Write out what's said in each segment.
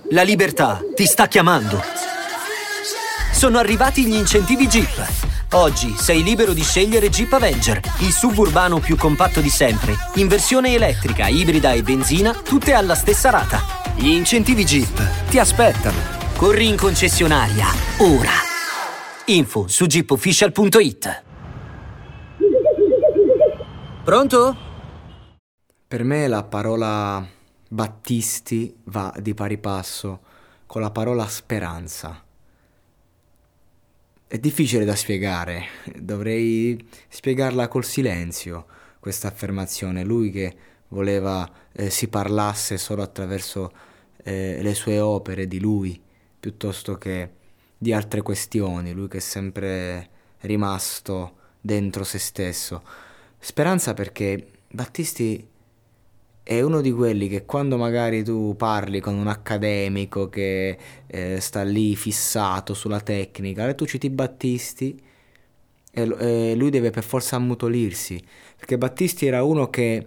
La libertà ti sta chiamando. Sono arrivati gli incentivi Jeep. Oggi sei libero di scegliere Jeep Avenger, il SUV urbano più compatto di sempre, in versione elettrica, ibrida e benzina, tutte alla stessa rata. Gli incentivi Jeep ti aspettano. Corri in concessionaria, ora. Info su jeepofficial.it. Pronto? Per me la parola Battisti va di pari passo con la parola speranza. È difficile da spiegare, dovrei spiegarla col silenzio, questa affermazione. Lui che voleva si parlasse solo attraverso le sue opere, di lui, piuttosto che di altre questioni, lui che è sempre rimasto dentro se stesso. Speranza perché Battisti è uno di quelli che quando magari tu parli con un accademico che sta lì fissato sulla tecnica, e tu citi Battisti e lui deve per forza ammutolirsi, perché Battisti era uno che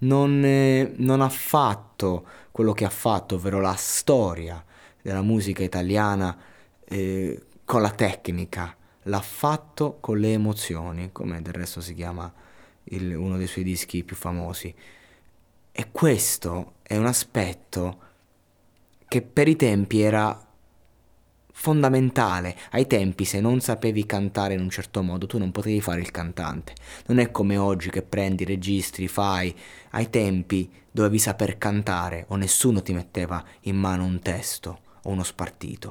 non ha fatto quello che ha fatto, ovvero la storia della musica italiana con la tecnica, l'ha fatto con le emozioni, come del resto si chiama uno dei suoi dischi più famosi. E questo è un aspetto che per i tempi era fondamentale. Ai tempi, se non sapevi cantare in un certo modo, tu non potevi fare il cantante. Non è come oggi che prendi, registri, fai. Ai tempi dovevi saper cantare o nessuno ti metteva in mano un testo o uno spartito.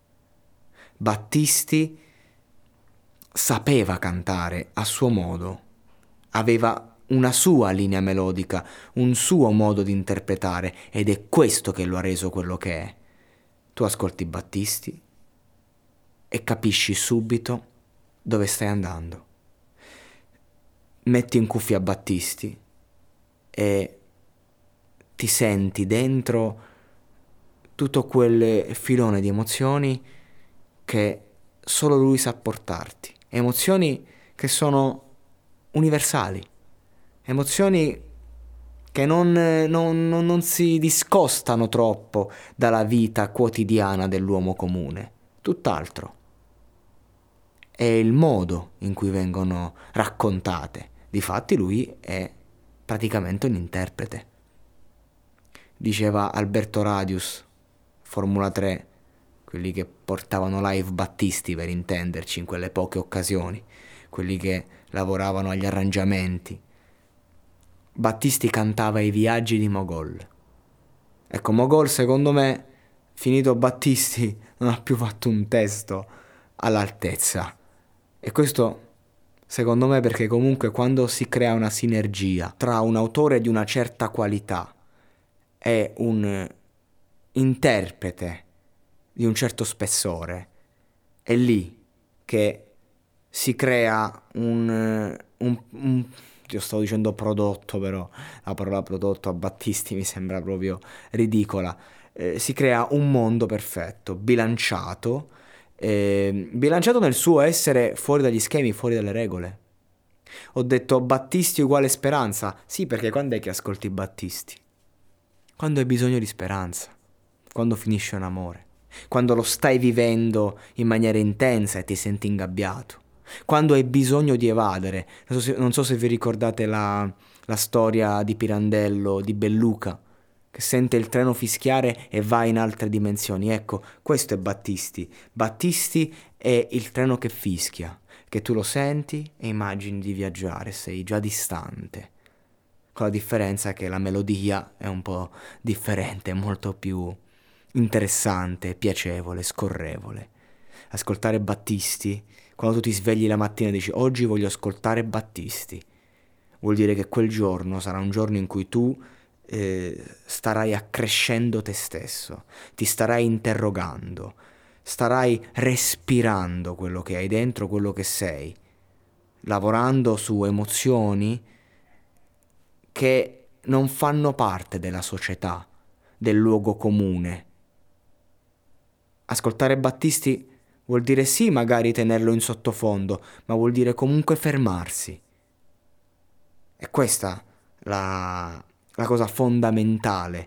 Battisti sapeva cantare a suo modo, aveva una sua linea melodica, un suo modo di interpretare, ed è questo che lo ha reso quello che è. Tu ascolti Battisti e capisci subito dove stai andando. Metti in cuffia Battisti e ti senti dentro tutto quel filone di emozioni che solo lui sa portarti. Emozioni che sono universali. Emozioni che non si discostano troppo dalla vita quotidiana dell'uomo comune. Tutt'altro. È il modo in cui vengono raccontate. Difatti lui è praticamente un interprete. Diceva Alberto Radius, Formula 3, quelli che portavano live Battisti, per intenderci, in quelle poche occasioni, quelli che lavoravano agli arrangiamenti. Battisti cantava i viaggi di Mogol. Ecco, Mogol secondo me, finito Battisti, non ha più fatto un testo all'altezza. E questo secondo me perché comunque quando si crea una sinergia tra un autore di una certa qualità e un interprete di un certo spessore, è lì che si crea io stavo dicendo prodotto, però la parola prodotto a Battisti mi sembra proprio ridicola. Si crea un mondo perfetto, bilanciato nel suo essere fuori dagli schemi, fuori dalle regole. Ho detto Battisti uguale speranza. Sì, perché quando è che ascolti Battisti? Quando hai bisogno di speranza, quando finisce un amore, quando lo stai vivendo in maniera intensa e ti senti ingabbiato, quando hai bisogno di evadere. Non so se vi ricordate la storia di Pirandello, di Belluca, che sente il treno fischiare e va in altre dimensioni. Ecco, questo è Battisti. Battisti è il treno che fischia, che tu lo senti e immagini di viaggiare, sei già distante. Con la differenza che la melodia è un po' differente, molto più interessante, piacevole, scorrevole. Ascoltare Battisti, quando tu ti svegli la mattina e dici oggi voglio ascoltare Battisti, vuol dire che quel giorno sarà un giorno in cui tu starai accrescendo te stesso, ti starai interrogando, starai respirando quello che hai dentro, quello che sei, lavorando su emozioni che non fanno parte della società, del luogo comune. Ascoltare Battisti vuol dire sì, magari tenerlo in sottofondo, ma vuol dire comunque fermarsi. E questa la cosa fondamentale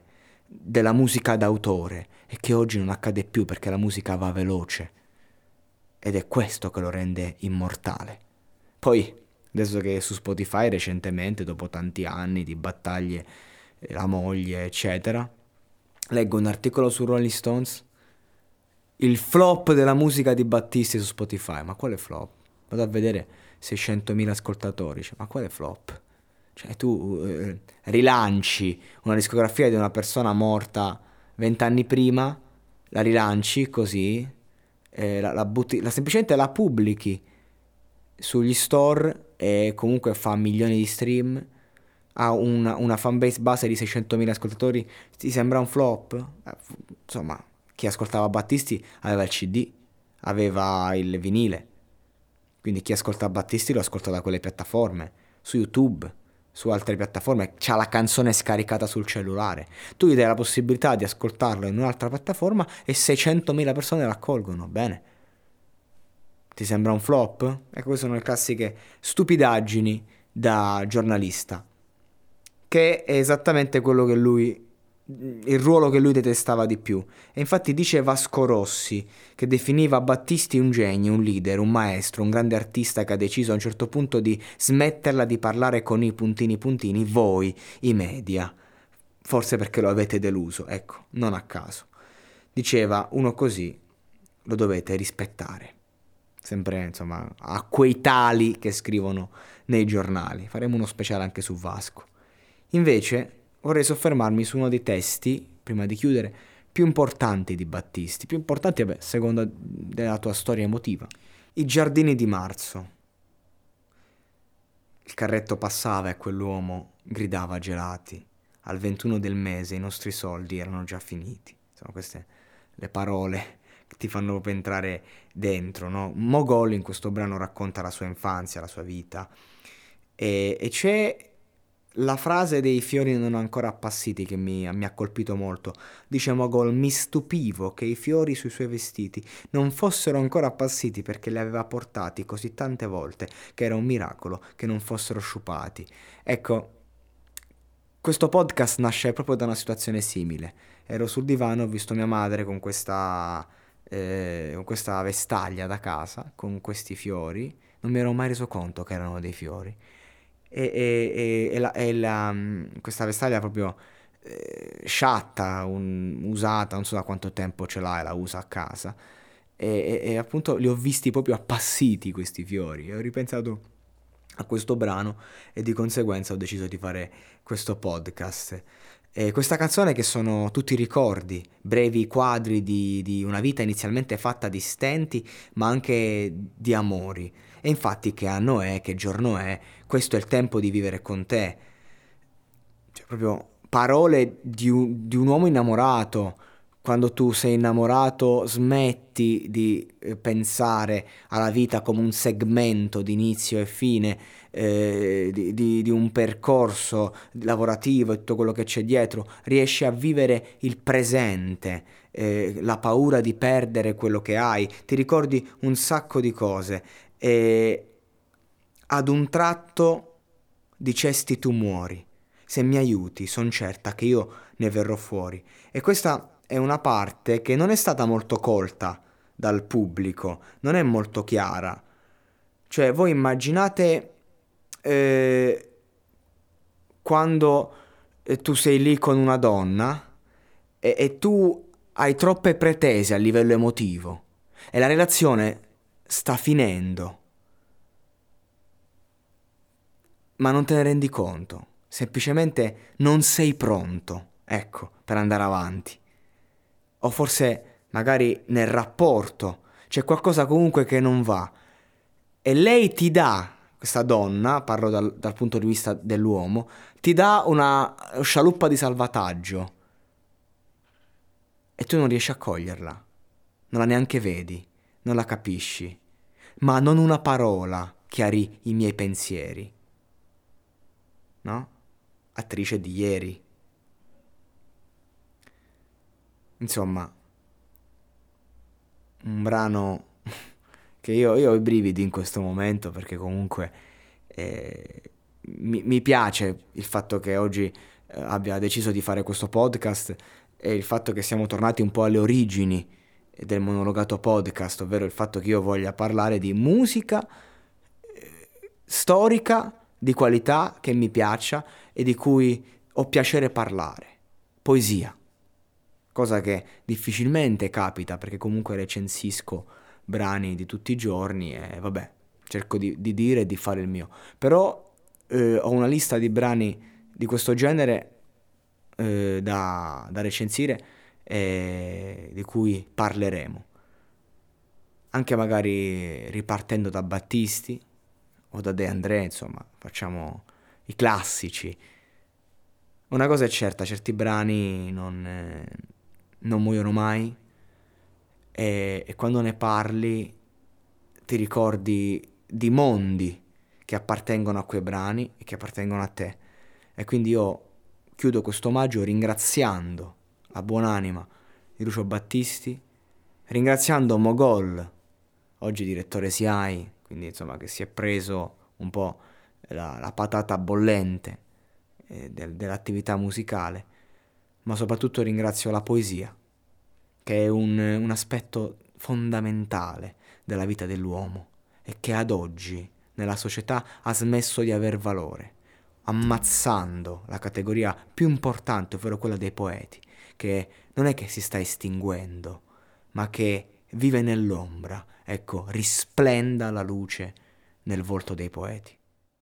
della musica d'autore e che oggi non accade più perché la musica va veloce ed è questo che lo rende immortale. Poi, adesso che su Spotify recentemente, dopo tanti anni di battaglie, la moglie, eccetera, leggo un articolo su Rolling Stones, il flop della musica di Battisti su Spotify. Ma quale flop? Vado a vedere 600.000 ascoltatori, ma quale flop? Cioè tu rilanci una discografia di una persona morta 20 anni prima, la rilanci così, la butti, semplicemente la pubblichi sugli store e comunque fa milioni di stream, ha una fanbase base di 600.000 ascoltatori, ti sembra un flop? Insomma, chi ascoltava Battisti aveva il CD, aveva il vinile, quindi chi ascolta Battisti lo ascolta da quelle piattaforme, su YouTube, su altre piattaforme, c'ha la canzone scaricata sul cellulare, tu gli dai la possibilità di ascoltarlo in un'altra piattaforma e 600.000 persone raccolgono, bene. Ti sembra un flop? Ecco, queste sono le classiche stupidaggini da giornalista, che è esattamente quello che lui, il ruolo che lui detestava di più. E infatti dice Vasco Rossi, che definiva Battisti un genio, un leader, un maestro, un grande artista che ha deciso a un certo punto di smetterla di parlare con i puntini puntini, voi, i media. Forse perché lo avete deluso, ecco, non a caso. Diceva, uno così lo dovete rispettare. Sempre, insomma, a quei tali che scrivono nei giornali. Faremo uno speciale anche su Vasco. Invece vorrei soffermarmi su uno dei testi, prima di chiudere, più importanti di Battisti. Più importanti, secondo della tua storia emotiva. I giardini di marzo. Il carretto passava e quell'uomo gridava gelati. Al 21 del mese i nostri soldi erano già finiti. Sono queste le parole che ti fanno proprio entrare dentro, no? Mogol in questo brano racconta la sua infanzia, la sua vita e c'è la frase dei fiori non ancora appassiti che mi ha colpito molto. Dice Mogol: mi stupivo che i fiori sui suoi vestiti non fossero ancora appassiti perché li aveva portati così tante volte che era un miracolo che non fossero sciupati. Ecco, questo podcast nasce proprio da una situazione simile. Ero sul divano, ho visto mia madre con questa vestaglia da casa, con questi fiori. Non mi ero mai reso conto che erano dei fiori. Questa vestaglia proprio sciatta, usata, non so da quanto tempo ce l'ha e la usa a casa. E appunto li ho visti proprio appassiti questi fiori. E ho ripensato a questo brano e di conseguenza ho deciso di fare questo podcast. Questa canzone che sono tutti ricordi, brevi quadri di una vita inizialmente fatta di stenti, ma anche di amori. E infatti che anno è, che giorno è, questo è il tempo di vivere con te. Cioè proprio parole di un uomo innamorato. Quando tu sei innamorato smetti di pensare alla vita come un segmento di inizio e fine, di un percorso lavorativo e tutto quello che c'è dietro, riesci a vivere il presente, la paura di perdere quello che hai, ti ricordi un sacco di cose e ad un tratto dicesti tu muori, se mi aiuti son certa che io ne verrò fuori. E questa è una parte che non è stata molto colta dal pubblico, non è molto chiara. Cioè voi immaginate quando tu sei lì con una donna e tu hai troppe pretese a livello emotivo e la relazione sta finendo, ma non te ne rendi conto, semplicemente non sei pronto, ecco, per andare avanti. O forse magari nel rapporto c'è qualcosa comunque che non va e lei ti dà, questa donna, parlo dal punto di vista dell'uomo, ti dà una scialuppa di salvataggio e tu non riesci a coglierla, non la neanche vedi, non la capisci, ma non una parola chiarì i miei pensieri, no? Attrice di ieri. Insomma, un brano che io ho i brividi in questo momento perché comunque mi piace il fatto che oggi abbia deciso di fare questo podcast è il fatto che siamo tornati un po' alle origini del monologato podcast, ovvero il fatto che io voglia parlare di musica storica di qualità che mi piaccia e di cui ho piacere parlare. Poesia, cosa che difficilmente capita perché comunque recensisco brani di tutti i giorni e vabbè, cerco di dire e di fare il mio. Però ho una lista di brani di questo genere da recensire e di cui parleremo. Anche magari ripartendo da Battisti o da De André, insomma, facciamo i classici. Una cosa è certa, certi brani non muoiono mai e quando ne parli ti ricordi di mondi che appartengono a quei brani e che appartengono a te. E quindi io chiudo questo omaggio ringraziando la buonanima di Lucio Battisti, ringraziando Mogol, oggi direttore SIAE, quindi insomma che si è preso un po' la patata bollente dell'attività musicale, ma soprattutto ringrazio la poesia, che è un aspetto fondamentale della vita dell'uomo e che ad oggi nella società ha smesso di aver valore, ammazzando la categoria più importante, ovvero quella dei poeti, che non è che si sta estinguendo, ma che vive nell'ombra. Ecco, risplenda la luce nel volto dei poeti.